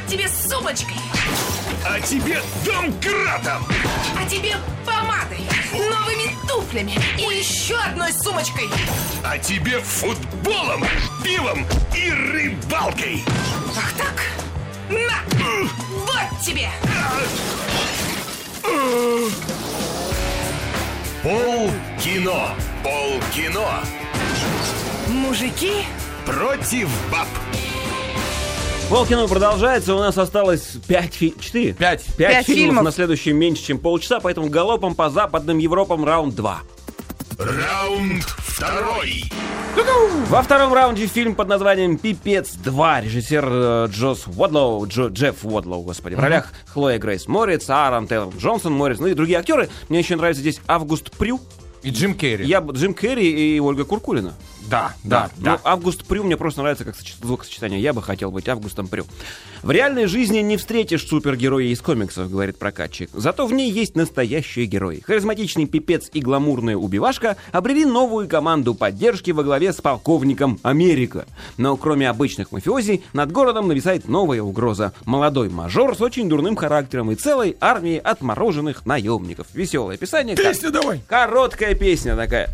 тебе сумочкой. А тебе домкратом. А тебе помадой, новыми туфлями и еще одной сумочкой. А тебе футболом, пивом и рыбалкой. Ах так? На! Вот тебе! Полкино. Полкино. Мужики Против баб. Полкино продолжается, у нас осталось 5 фильмов на следующий меньше, чем полчаса, поэтому галопом по западным Европам раунд 2. Раунд второй. Во втором раунде фильм под названием «Пипец 2». Режиссер Джефф Уодлоу, господи. В ролях Хлоя Грейс Морец, Аарон Тейлор Джонсон Морец, ну и другие актеры. Мне еще нравится здесь Август Прю. И Джим Керри. Джим Керри и Ольга Куркулина. Да. Ну, Август Прю мне просто нравится как звукосочетание. Я бы хотел быть Августом Прю. В реальной жизни не встретишь супергероя из комиксов, говорит прокатчик. Зато в ней есть настоящие герои. Харизматичный пипец и гламурная убивашка обрели новую команду поддержки во главе с полковником Америка. Но кроме обычных мафиози, над городом нависает новая угроза. Молодой мажор с очень дурным характером и целой армией отмороженных наемников. Веселое описание. Песню давай. Короткая песня такая.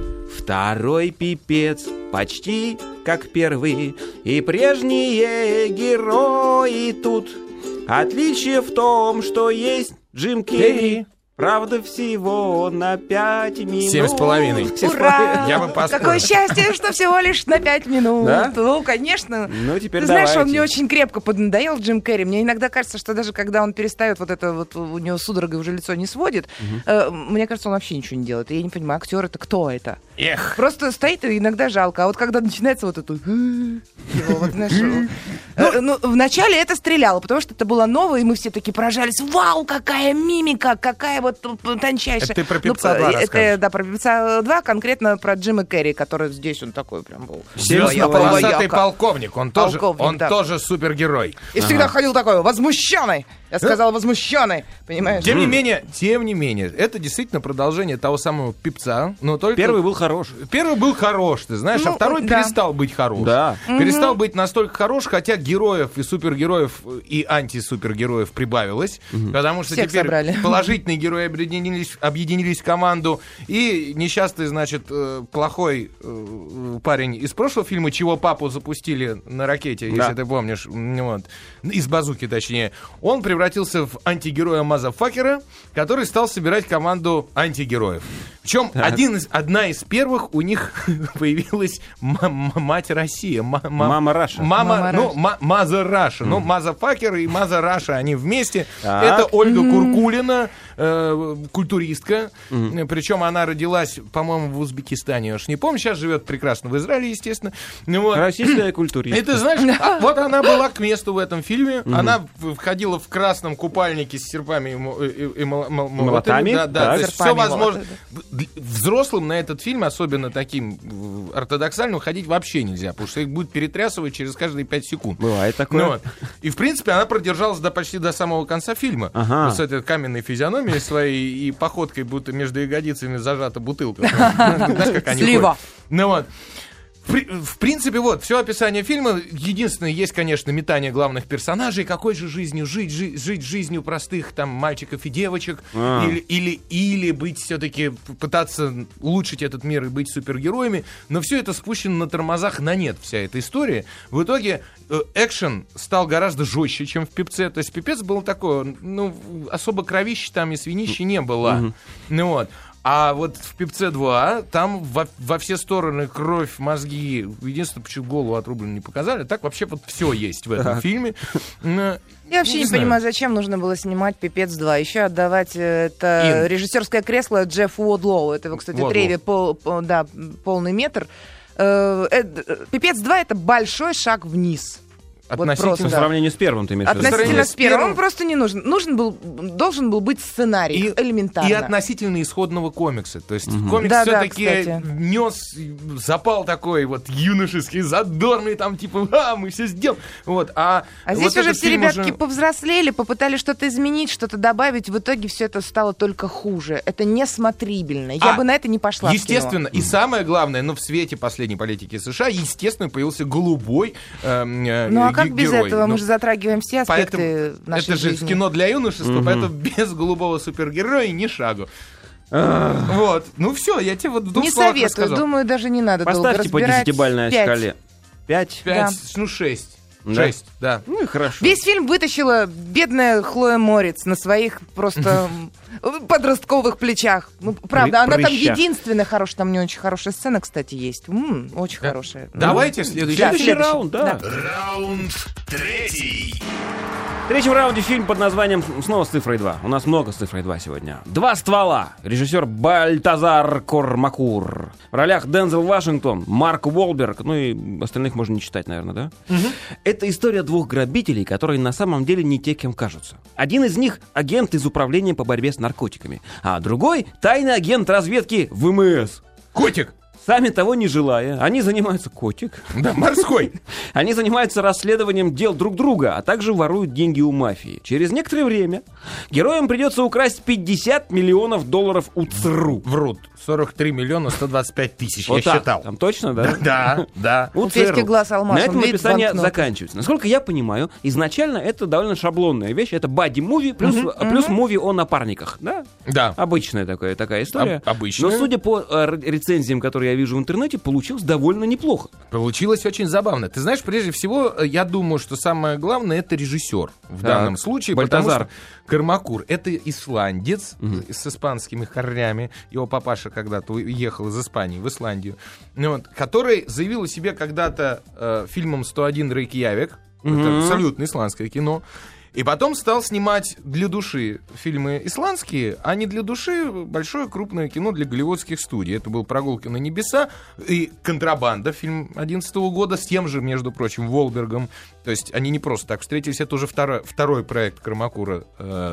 Второй пипец почти как первый, и прежние герои тут. Отличие в том, что есть Джим Керри. Правда, всего на 5 минут. 7,5. Ура! Я бы поспорил. Какое счастье, что всего лишь на 5 минут. Да? Ну, конечно. Ну, теперь Ты знаешь, давайте. он мне очень крепко поднадоел, Джим Керри. Мне иногда кажется, что даже когда он перестает вот это вот, у него судорога уже лицо не сводит, мне кажется, он вообще ничего не делает. И я не понимаю, актер это кто это? Эх. Просто стоит и иногда жалко. А вот когда начинается вот это... его, вот, знаешь, ну, вначале это стреляло, потому что это было новое, и мы все такие поражались. Вау, какая мимика, какая вот тончайшая. Это ты про «Пипца 2» расскажешь. Это, да, про «Пипца 2», конкретно про Джима Керри, который здесь он такой прям был. Звездно-полосатый полковник. Он Полковник, да. тоже супергерой. И всегда ходил такой, возмущенный. Я сказала, возмущенный, понимаешь? Тем не менее, это действительно продолжение того самого «Пипца», но только... Первый был хорош. Первый был хорош, ты знаешь, а Ну, второй да. перестал быть хорош. Да. Перестал быть настолько хорош, хотя героев и супергероев и антисупергероев прибавилось, потому что Всех теперь собрали. положительные герои объединились в команду, и несчастный, значит, плохой парень из прошлого фильма, чего папу запустили на ракете, если ты помнишь, вот, из базуки, точнее, он превратился в антигероя-мазафакера, который стал собирать команду антигероев. Причем одна из первых у них появилась мать Россия. Мама Раша. Маза Раша. Ну, Мазафакер и Маза Раша, они вместе. Так. Это Ольга Куркулина, культуристка. Причем она родилась, по-моему, в Узбекистане. Я уж не помню, сейчас живет прекрасно в Израиле, естественно. Вот. Российская культуристка. И ты знаешь, вот она была к месту в этом фильме. Она входила в красном купальнике с серпами и молотами. Да, то есть все Серпами, возможно. Взрослым на этот фильм, особенно таким ортодоксальным, ходить вообще нельзя, потому что их будет перетрясывать через каждые 5 секунд. Бывает такое. Ну, вот. И, в принципе, она продержалась почти до самого конца фильма. Ага. Вот с этой каменной физиономией своей и походкой, будто между ягодицами зажата бутылка. Знаешь, как они Слива. ходят. Ну вот. В принципе, вот, все описание фильма. Единственное, есть, конечно, метание главных персонажей. Какой же жизнью жить жизнью простых там мальчиков и девочек. Или быть все-таки, пытаться улучшить этот мир и быть супергероями. Но все это спущено на тормозах на нет, вся эта история. В итоге экшен стал гораздо жестче, чем в «Пипце». То есть «Пипец» был такой, ну, особо кровищи там и свинищи не было. Ну вот. А вот в «Пипце 2» там во все стороны кровь, мозги. Единственное, почему голову отрубленную не показали. Так вообще вот все есть в этом фильме. Я вообще не понимаю, зачем нужно было снимать «Пипец 2». Еще отдавать это режиссерское кресло Джеффу Уодлоу. Это его, кстати, Треви полный метр. «Пипец 2» — это большой шаг вниз. Относительно По сравнению с первым, ты имеешь в виду? Относительно с первым. Он просто не нужен. Должен был быть сценарий, элементарно. И относительно исходного комикса. То есть комикс все-таки нес запал такой вот юношеский, задорный, там типа, мы все сделаем. Вот. А здесь вот уже все ребятки повзрослели, попытались что-то изменить, что-то добавить. В итоге все это стало только хуже. Это несмотрибельно. Я бы на это не пошла. Естественно. И самое главное, в свете последней политики США, естественно, появился голубой как без герой. этого? Мы же затрагиваем все аспекты нашей это жизни. же кино для юношества, поэтому без голубого супергероя ни шагу. Вот. Ну все, я тебе вот в двух Не словах советую, рассказал. думаю, даже не надо долго Поставьте по разбирать. 10-бальной 5. шкале. 5? 5, ну 6. Да? 6, да. Ну и хорошо. Весь фильм вытащила бедная Хлоя Морец на своих просто подростковых плечах. Ну, правда, она там Прыщах. единственная хорошая, там не очень хорошая сцена, кстати, есть. Очень хорошая. Давайте следующий. Следующий раунд, да. Раунд третий. В третьем раунде фильм под названием снова с цифрой 2. У нас много с цифрой 2 сегодня. «Два ствола». Режиссер Бальтазар Кормакур. В ролях Дензел Вашингтон, Марк Уолберг. Ну и остальных можно не читать, наверное, да? Это история двух грабителей, которые на самом деле не те, кем кажутся. Один из них — агент из управления по борьбе с наркотиками, а другой — тайный агент разведки ВМС. Котик. Сами того не желая, они занимаются котик. Да, морской. Они занимаются расследованием дел друг друга, а также воруют деньги у мафии. Через некоторое время героям придется украсть $50 миллионов у ЦРУ. Врут. 43 миллиона 125 тысяч, Вот я так. считал. Там точно, да? Да. У У Петьки ЦРУ. глаз алмазом, На этом видит написание банкноты. заканчивается. Насколько я понимаю, изначально это довольно шаблонная вещь. Это бадди-муви плюс муви о напарниках. Да? Да. Обычная такая история. Обычная. Но судя по рецензиям, которые я вижу в интернете, получилось довольно неплохо. Получилось очень забавно. Ты знаешь, прежде всего, я думаю, что самое главное — это режиссер в данном случае. Бальтазар. Потому что Кормакур — это исландец с испанскими корнями. Его папаша когда-то уехал из Испании в Исландию. Вот, который заявил о себе когда-то фильмом «101 Рейкьявик». Это абсолютно исландское кино. И потом стал снимать для души фильмы исландские, а не для души большое крупное кино для голливудских студий. Это был «Прогулки на небеса» и «Контрабанда», фильм 2011 года, с тем же, между прочим, Уолбергом. То есть они не просто так встретились, это уже второй проект Кормакура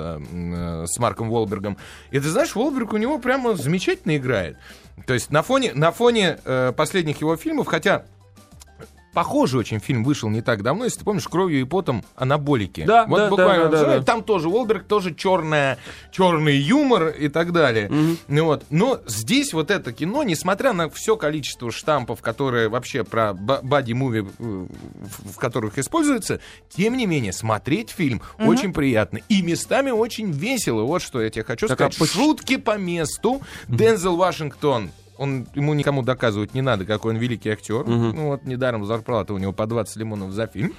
с Марком Уолбергом. И ты знаешь, Уолберг у него прямо замечательно играет. То есть на фоне последних его фильмов, хотя... Похожий очень фильм вышел не так давно, если ты помнишь, «Кровью и потом анаболики». Да, вот да, буквально, да. там тоже Уолберг, тоже черный юмор и так далее. Ну, вот. Но здесь вот это кино, несмотря на все количество штампов, которые вообще про бади-муви, в которых используются, тем не менее, смотреть фильм очень приятно. И местами очень весело. Вот что я тебе хочу сказать. Шутки по месту. Дензел Вашингтон. Ему никому доказывать не надо, какой он великий актер. Ну вот, недаром зарплата у него по 20 лимонов за фильм.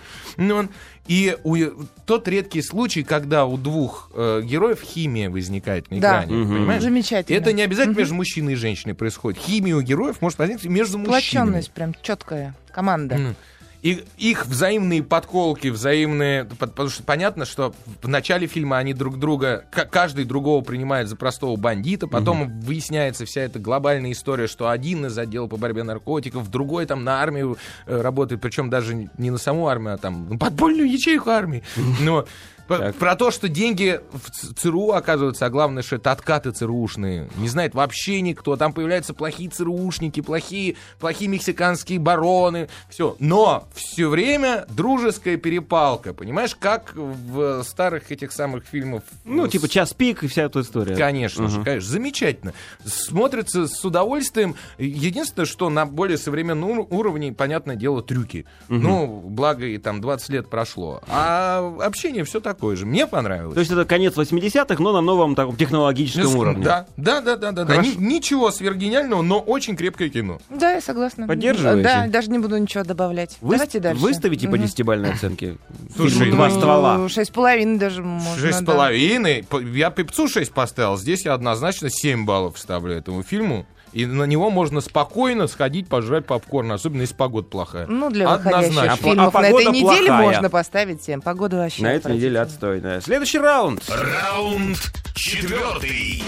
И тот редкий случай, когда у двух героев химия возникает на экране. Понимаешь? Замечательно. Это не обязательно между мужчиной и женщиной происходит. Химия у героев может возникнуть между мужчинами. Сплоченность прям четкая команда. И их взаимные подколки, потому что понятно, что в начале фильма они друг друга, каждый другого принимает за простого бандита, потом выясняется вся эта глобальная история, что один из отдела по борьбе наркотиков, другой там на армию работает, причем даже не на саму армию, а там на подпольную ячейку армии. Но про то, что деньги в ЦРУ оказываются, а главное, что это откаты ЦРУшные. Не знает вообще никто. Там появляются плохие ЦРУшники, плохие мексиканские бароны. Все. Но все время дружеская перепалка. Понимаешь, как в старых этих самых фильмах. Ну, типа «Час пик» и вся эта история. Конечно же, конечно. Замечательно. Смотрится с удовольствием. Единственное, что на более современном уровне, понятное дело, трюки. Ну, благо и там 20 лет прошло. А общение все такое же. Мне понравилось. То есть это конец 80-х, но на новом таком технологическом уровне. Да. Ничего сверхгениального, но очень крепкое кино. Да, я согласна. Поддерживаете? Да, даже не буду ничего добавлять. Давайте дальше. Выставите по 10-бальной оценке? Слушай, фильму «Два ствола». 6,5 даже можно. 6,5. Я Пепцу 6 поставил. Здесь я однозначно 7 баллов ставлю этому фильму. И на него можно спокойно сходить пожрать попкорн, особенно если погода плохая. Ну, для выходящих Однозначно. фильмов на этой погода неделе плохая. можно поставить 7. Погода вообще На этой неделе отстойная. Следующий раунд. Раунд четвертый.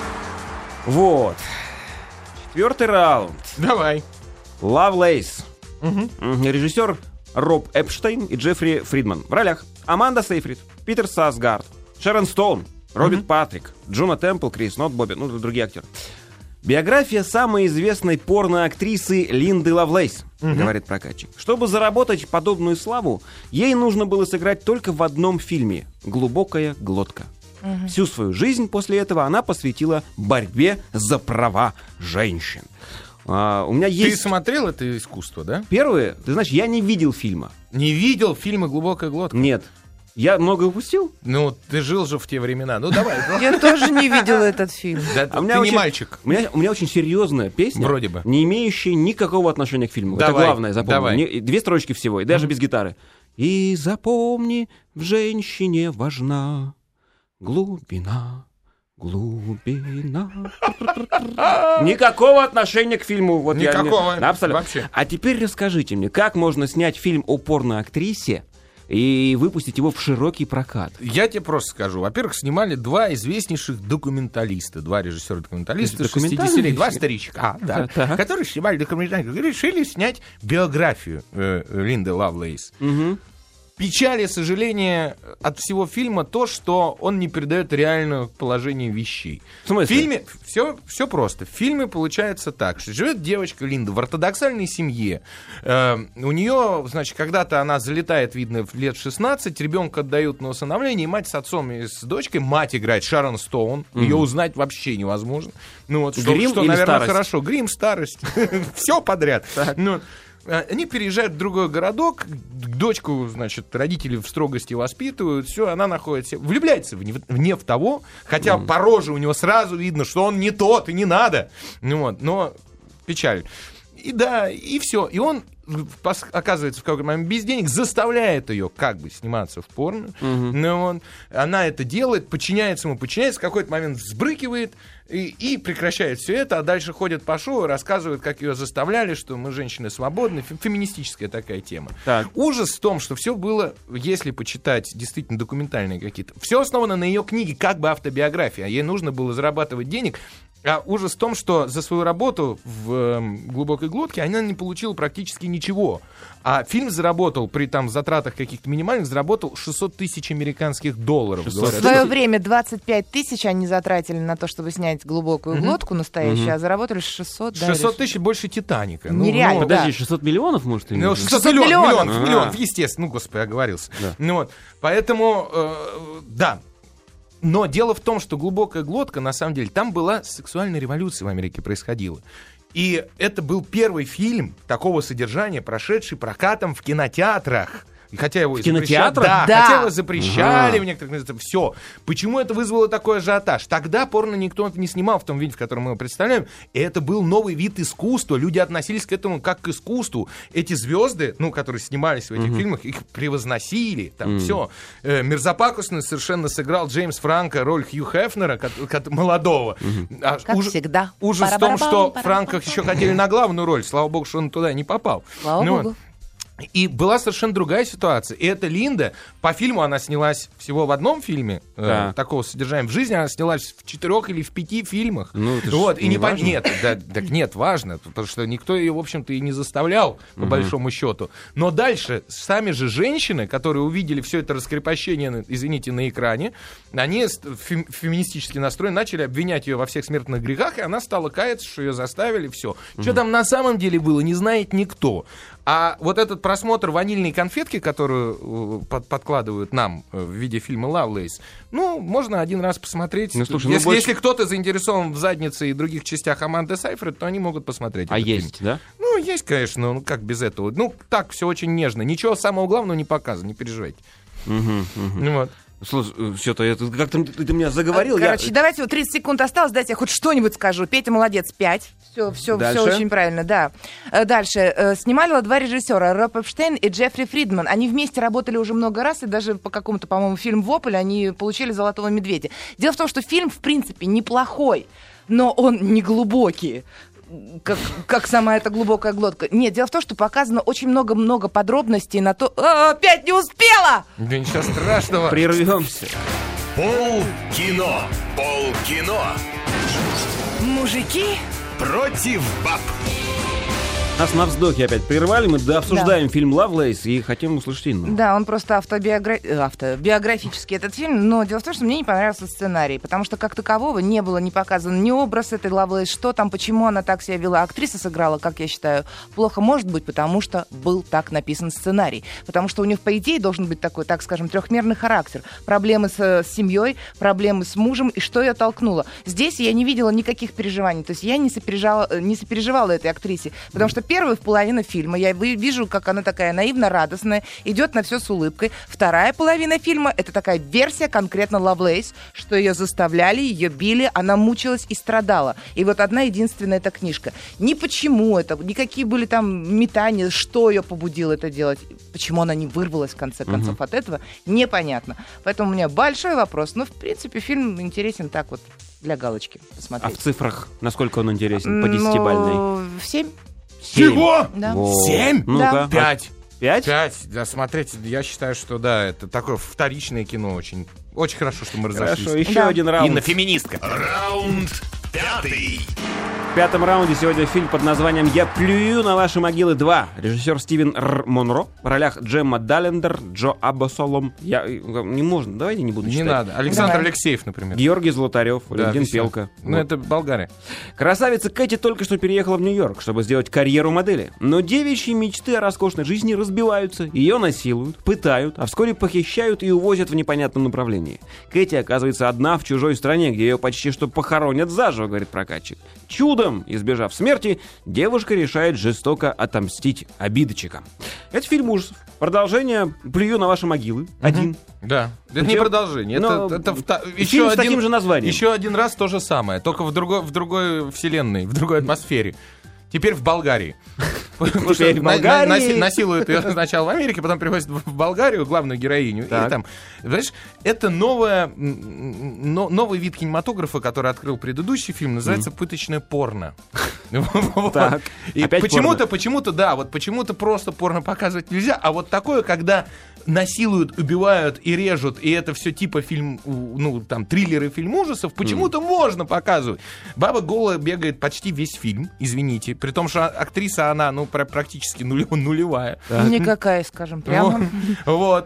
Вот. Четвертый раунд. Давай. Лавлейс. Режиссер Роб Эпштейн и Джеффри Фридман. В ролях Аманда Сейфрид, Питер Сасгард, Шерон Стоун, Роберт Патрик, Джуна Темпл, Крис Нот, Бобби, ну, другие актеры. Биография самой известной порноактрисы Линды Лавлейс, говорит прокатчик. Чтобы заработать подобную славу, ей нужно было сыграть только в одном фильме «Глубокая глотка». Всю свою жизнь после этого она посвятила борьбе за права женщин. У меня есть... Ты смотрел это искусство, да? Первое, ты знаешь, я не видел фильма. Не видел фильмы «Глубокая глотка»? Нет. Я много упустил? Ну, ты жил же в те времена. Ну, давай. Я тоже не видела этот фильм. Да, ты не мальчик. У меня очень серьезная песня, вроде бы, не имеющая никакого отношения к фильму. Давай, это главное, запомни. 2 строчки всего, и даже без гитары. И запомни, в женщине важна глубина. Никакого отношения к фильму. Вот никакого. Абсолютно. Вообще. А теперь расскажите мне, как можно снять фильм о порноактрисе и выпустить его в широкий прокат? Я тебе просто скажу. Во-первых, снимали 2 известнейших документалиста, 2 режиссера-документалиста, 60-летия, 2 старичка, которые снимали документалистов, решили снять биографию Линды Лавлейс. Печаль и сожаление от всего фильма то, что он не передает реальное положение вещей. В смысле? В фильме все просто. В фильме получается так, что живет девочка Линда в ортодоксальной семье. У нее, значит, когда-то она залетает, видно, в лет 16, ребенка отдают на усыновление, и мать с отцом и с дочкой, мать играет Шарон Стоун, ее узнать вообще невозможно. Ну, вот, что, наверное, старость? Хорошо. Грим, старость, все подряд. Они переезжают в другой городок, дочку, значит, родители в строгости воспитывают, все, она находится, влюбляется в того, хотя по роже у него сразу видно, что он не тот и не надо, но печаль. И да, и все, и он оказывается в какой-то момент без денег, заставляет ее как бы сниматься в порно, она это делает, подчиняется ему, в какой-то момент взбрыкивает и прекращает все это, а дальше ходят по шоу и рассказывают, как ее заставляли, что мы женщины свободны, феминистическая такая тема. Так. Ужас в том, что все было, если почитать действительно документальные какие-то, все основано на ее книге, как бы автобиография, ей нужно было зарабатывать денег. А ужас в том, что за свою работу в «Глубокой глотке» она не получила практически ничего. А фильм заработал, при затратах каких-то минимальных, заработал $600 тысяч американских долларов. В свое время 25 тысяч они затратили на то, чтобы снять «Глубокую глотку» настоящую, а заработали 600. 600 тысяч больше «Титаника». Нереально, подожди, 600 миллионов, может, именно? 600 миллионов, естественно. Ну, господи, оговорился. Да. Поэтому, да. Но дело в том, что «Глубокая глотка», на самом деле, там была сексуальная революция в Америке происходила. И это был первый фильм такого содержания, прошедший прокатом в кинотеатрах. И хотя его кинотеатрах? Да, хотя его запрещали в некоторых местах. Все. Почему это вызвало такой ажиотаж? Тогда порно никто не снимал в том виде, в котором мы его представляем. И это был новый вид искусства. Люди относились к этому как к искусству. Эти звезды, которые снимались в этих фильмах, их превозносили. Там все. Мерзопакостно совершенно сыграл Джеймс Франко роль Хью Хефнера, молодого. Как всегда. Ужас в том, что Франко еще хотели на главную роль. Слава богу, что он туда не попал. Слава богу. И была совершенно другая ситуация. И эта Линда, по фильму она снялась всего в одном фильме, такого содержания. В жизни она снялась в 4 или в 5 фильмах. И не важно? Нет, важно, потому что никто ее, в общем-то, и не заставлял, по большому счету. Но дальше сами же женщины, которые увидели все это раскрепощение, извините, на экране, они феминистически настроены, начали обвинять ее во всех смертных грехах, и она стала каяться, что ее заставили, все. Что там на самом деле было, не знает никто. А вот этот просмотр «Ванильной конфетки», которую подкладывают нам в виде фильма «Лавлейс», можно один раз посмотреть. Если кто-то заинтересован в заднице и других частях Аманды Сайфред, то они могут посмотреть. А есть, фильм. Да? Есть, конечно, как без этого. Так, все очень нежно. Ничего самого главного не показано, не переживайте. Вот. Слушай, что-то как-то ты меня заговорил. Короче, давайте, 30 секунд осталось, дайте я хоть что-нибудь скажу. Петя молодец, 5. Все очень правильно, да. Дальше. Снимали 2 режиссера, Роб Эпштейн и Джеффри Фридман. Они вместе работали уже много раз, и даже по какому-то, по-моему, фильму «Вопль» они получили «Золотого медведя». Дело в том, что фильм, в принципе, неплохой, но он не глубокий. Как сама эта «Глубокая глотка». Нет, дело в том, что показано очень много-много подробностей на то... Опять не успела! Да ничего страшного. Прервемся. Полкино. Мужики против баб. Нас на вздохе опять прервали, мы обсуждаем фильм «Лавлейс» и хотим услышать Инну. Да, он просто автобиографический этот фильм, но дело в том, что мне не понравился сценарий, потому что как такового не было не показан ни образ этой Лавлейс, что там, почему она так себя вела. Актриса сыграла, как я считаю, плохо, может быть, потому что был так написан сценарий. Потому что у нее, по идее, должен быть такой, так скажем, трехмерный характер. Проблемы с семьей, проблемы с мужем, и что ее толкнуло. Здесь я не видела никаких переживаний, то есть я не сопереживала этой актрисе, потому что первая половина фильма, я вижу, как она такая наивно-радостная, идет на все с улыбкой. Вторая половина фильма — это такая версия конкретно Лавлейс, что ее заставляли, ее били, она мучилась и страдала. И вот одна единственная эта книжка. Ни почему это, никакие были там метания, что ее побудило это делать, почему она не вырвалась в конце концов от этого, непонятно. Поэтому у меня большой вопрос. Ну, в принципе, фильм интересен так вот для галочки посмотреть. А в цифрах насколько он интересен? По 10-бальной? В 7. Чего? Да. 7? Ну-ка. 5. 5? 5. Да, смотреть, я считаю, что да, это такое вторичное кино очень. Очень хорошо, что мы разошлись. Хорошо, еще один раунд. Инна феминистка. Раунд 5. В пятом раунде сегодня фильм под названием «Я плюю на ваши могилы 2». Режиссер Стивен Р. Монро. В ролях Джемма Даллендер, Джо Аббасолом. Не можно, давайте не буду читать. Не надо. Александр Алексеев, например. Георгий Золотарев, Да, Валентин всё. Пелка. Ну, это Болгария. Красавица Кэти только что переехала в Нью-Йорк, чтобы сделать карьеру модели. Но девичьи мечты о роскошной жизни разбиваются. Ее насилуют, пытают, а вскоре похищают и увозят в непонятном направлении. Кэти оказывается одна в чужой стране, где ее почти что похоронят заживо, говорит прокатчик. Чудом избежав смерти, девушка решает жестоко отомстить обидчикам. Это фильм ужасов. Продолжение «Плюю на ваши могилы». 1. Да. Это не Причем- продолжение. но Это фильм с таким же названием. Еще один раз то же самое, только в другой вселенной, в другой атмосфере. Теперь в Болгарии. Потому что Теперь в Болгарии. насилуют ее сначала в Америке, потом привозят в Болгарию главную героиню. И Так. там, знаешь, это новый вид кинематографа, который открыл предыдущий фильм, называется «Пыточное порно». Вот. Так. И Опять почему-то, да, вот почему-то просто порно показывать нельзя, а вот такое, когда насилуют, убивают и режут, и это все типа фильм, ну, там, триллеры, фильм ужасов, почему-то можно показывать. Баба голая бегает почти весь фильм, извините, при том, что актриса, она, ну, практически нулевая. Никакая, скажем, прямо. Вот.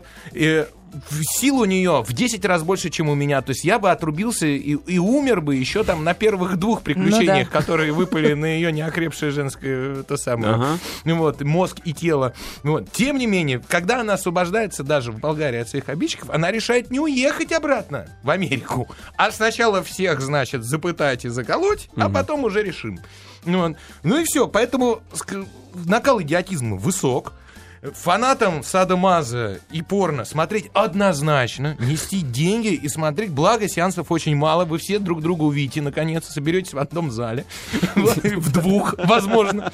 Сил у нее в 10 раз больше, чем у меня. То есть я бы отрубился и умер бы еще там на первых 2 приключениях, которые выпали на ее неокрепшее женское то самое. Вот, мозг и тело. Вот. Тем не менее, когда она освобождается даже в Болгарии от своих обидчиков, она решает не уехать обратно в Америку, а сначала всех, значит, запытать и заколоть, а потом уже решим. Ну и все. Поэтому накал идиотизма высок. Фанатам садомаза и порно смотреть однозначно, нести деньги и смотреть, благо сеансов очень мало, вы все друг друга увидите, наконец, соберетесь в одном зале, в 2, возможно.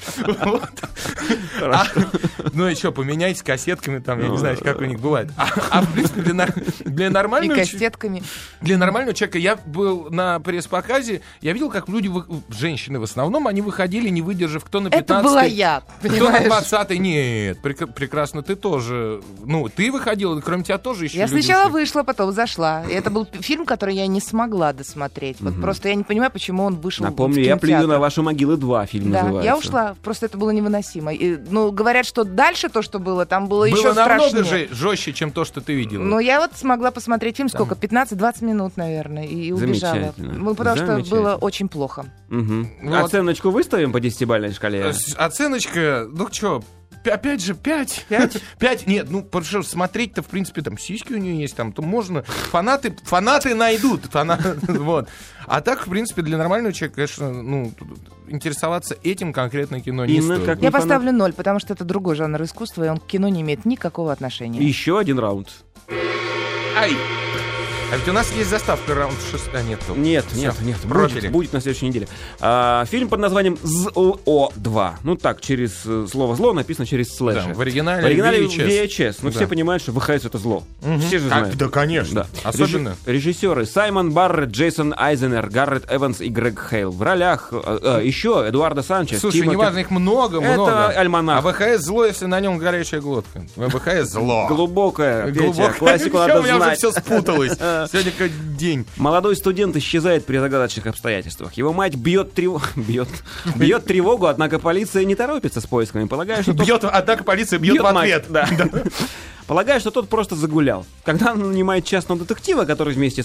Ну и что, поменяйтесь кассетками, там, я не знаю, как у них бывает. А в принципе, для И нормального кастетками. для нормального человека, я был на пресс-показе, я видел, как люди, женщины в основном, они выходили, не выдержав, кто на 15-й. Это была я, Кто на понимаешь? 20-й? Нет, прекрасно, ты тоже. Ну, ты выходила, кроме тебя тоже еще Я люди сначала ушли. вышла, потом зашла. И это был фильм, который я не смогла досмотреть. Вот просто я не понимаю, почему он вышел Напомню, в «Я плюю кинотеатр. на ваши могилы 2» фильм Да, называется. я ушла. Просто это было невыносимо. И, ну, говорят, что дальше то, что было, там было еще Было намного страшнее. жестче, чем то, что ты видела. Но я вот смогла посмотреть фильм сколько? 15-20 минут, наверное, и убежала. Замечательно. Ну, потому что Замечательно. было очень плохо. Мгм. Вот. Оценочку выставим по 10-бальной шкале? Оценочка, ну что, опять же, 5. 5? Нет, ну, потому что смотреть-то, в принципе, там сиськи у нее есть, там, то можно. Фанаты найдут. Вот. А так, в принципе, для нормального человека, конечно, ну, интересоваться этим конкретно кино не Инна, стоит. как- Я Не фанат. поставлю 0, потому что это другой жанр искусства, и он к кино не имеет никакого отношения. Еще один раунд. Ай! А ведь у нас есть заставка раунд 6. А, нет. тут. Нет, Всё, нет, пропили. будет на следующей неделе. Фильм под названием «ЗЛО-2». Ну так, через слово «зло» написано через слэш. Да, в оригинале В оригинале VHS. VHS. Но Да. все понимают, что ВХС — это зло. Все же знают. Да, конечно. Да. Особенно. Режиссеры Саймон Барретт, Джейсон Айзенер, Гаррет Эванс и Грег Хейл. В ролях еще Эдуардо Санчес. Слушай, Тимоти- неважно, их много. Это альманах. А ВХС зло, если на нем горячая глотка. ВХС зло. Глубокая, Петя, Глубоко. классику Всё, надо у меня уже знать. все спуталось. Сегодня как день. Молодой студент исчезает при загадочных обстоятельствах. Его мать бьет тревогу, однако полиция не торопится с поисками, полагая, что тот Однако полиция бьет в мать, ответ. да. Полагая, что тот просто загулял. Когда он нанимает частного детектива, который вместе с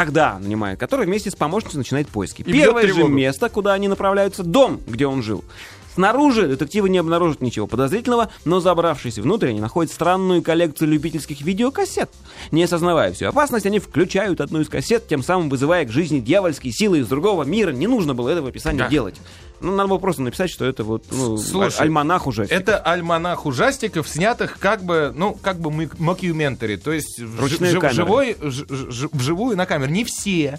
помощницей начинает поиски. И бьет Первое же тревогу. место, куда они направляются, дом, где он жил. Снаружи детективы не обнаружат ничего подозрительного, но забравшись внутрь, они находят странную коллекцию любительских видеокассет. Не осознавая всю опасность, они включают одну из кассет, тем самым вызывая к жизни дьявольские силы из другого мира. Не нужно было этого описания Да. делать. Ну, надо было просто написать, что это вот, ну, альманах ужастиков. Это альманах ужастиков, снятых как бы мокюментари, то есть вживую на камеру. Не все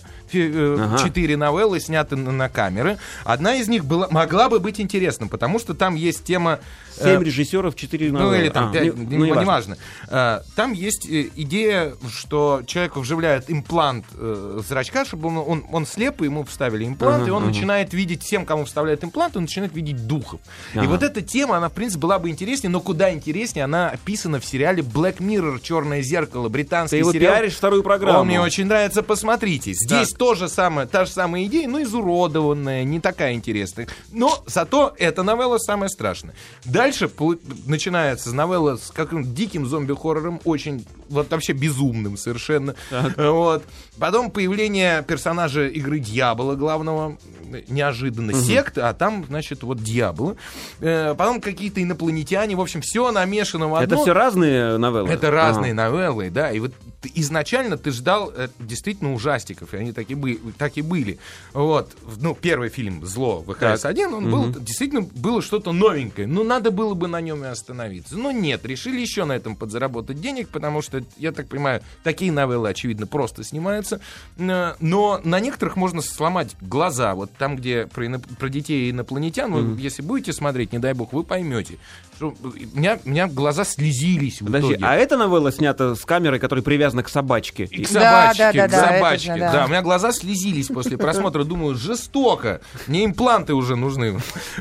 4 новеллы сняты на камеры. Одна из них могла бы быть интересна, потому что там есть тема... 7 режиссеров, 4 новеллы. Ну, или там 5, неважно. Там есть идея, что человеку вживляют имплант зрачка, чтобы он слеп, и ему вставили имплант, и он начинает видеть, всем, кому вставляют имплант, он начинает видеть духов. И вот эта тема, она, в принципе, была бы интереснее, но куда интереснее, она описана в сериале Black Mirror, «Черное зеркало», британский сериал. Ты его пиаришь вторую программу. Он мне очень нравится, посмотрите. Здесь та же самая идея, но изуродованная, не такая интересная. Но зато эта новелла самая страшная. Дальше начинается новелла с каким-то диким зомби-хоррором, очень, вот вообще безумным совершенно. Вот. Потом появление персонажа игры Дьявола, главного, неожиданно секты, а там, значит, вот дьяволы. Потом какие-то инопланетяне, в общем, все намешано в одно. Это все разные новеллы? Это разные новеллы, да, и вот изначально ты ждал действительно ужастиков, и они так и были. Вот, ну, первый фильм «Зло» ВХС-1, он был, действительно, было что-то новенькое, но надо было бы на нем и остановиться. Но нет, решили еще на этом подзаработать денег, потому что, я так понимаю, такие новеллы, очевидно, просто снимаются, но на некоторых можно сломать глаза. Вот там, где про детей и инопланетян, вы, если будете смотреть, не дай бог, вы поймете, что у меня глаза слезились в итоге. А эта новелла снята с камерой, которая привязана к собачке. И к собачке, к собачке. Да, у меня глаза слезились после просмотра. Думаю, жестоко. Мне импланты уже нужны.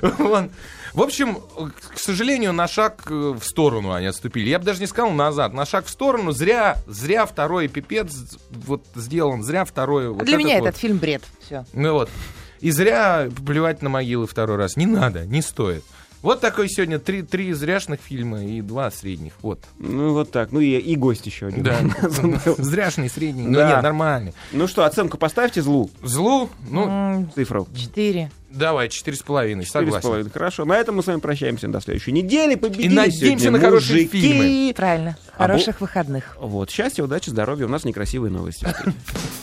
В общем, к сожалению, на шаг в сторону они отступили. Я бы даже не сказал назад. На шаг в сторону. Зря второй пипец вот сделан. Зря второй... Для меня этот фильм бред. Все. Ну вот. И зря плевать на могилы второй раз. Не надо, не стоит. Вот такой сегодня 3 зряшных фильма и 2 средних. Вот. Ну, вот так. Ну, и гость еще один. Да. Зряшный, средний. Ну, нет, нормально. Ну что, оценку поставьте «Злу». «Злу», ну... Цифру. 4. Давай, 4,5, согласен. 4,5, хорошо. На этом мы с вами прощаемся до следующей недели. Победили и надеемся на хорошие фильмы. Правильно. Хороших выходных. Вот. Счастья, удачи, здоровья. У нас некрасивые новости.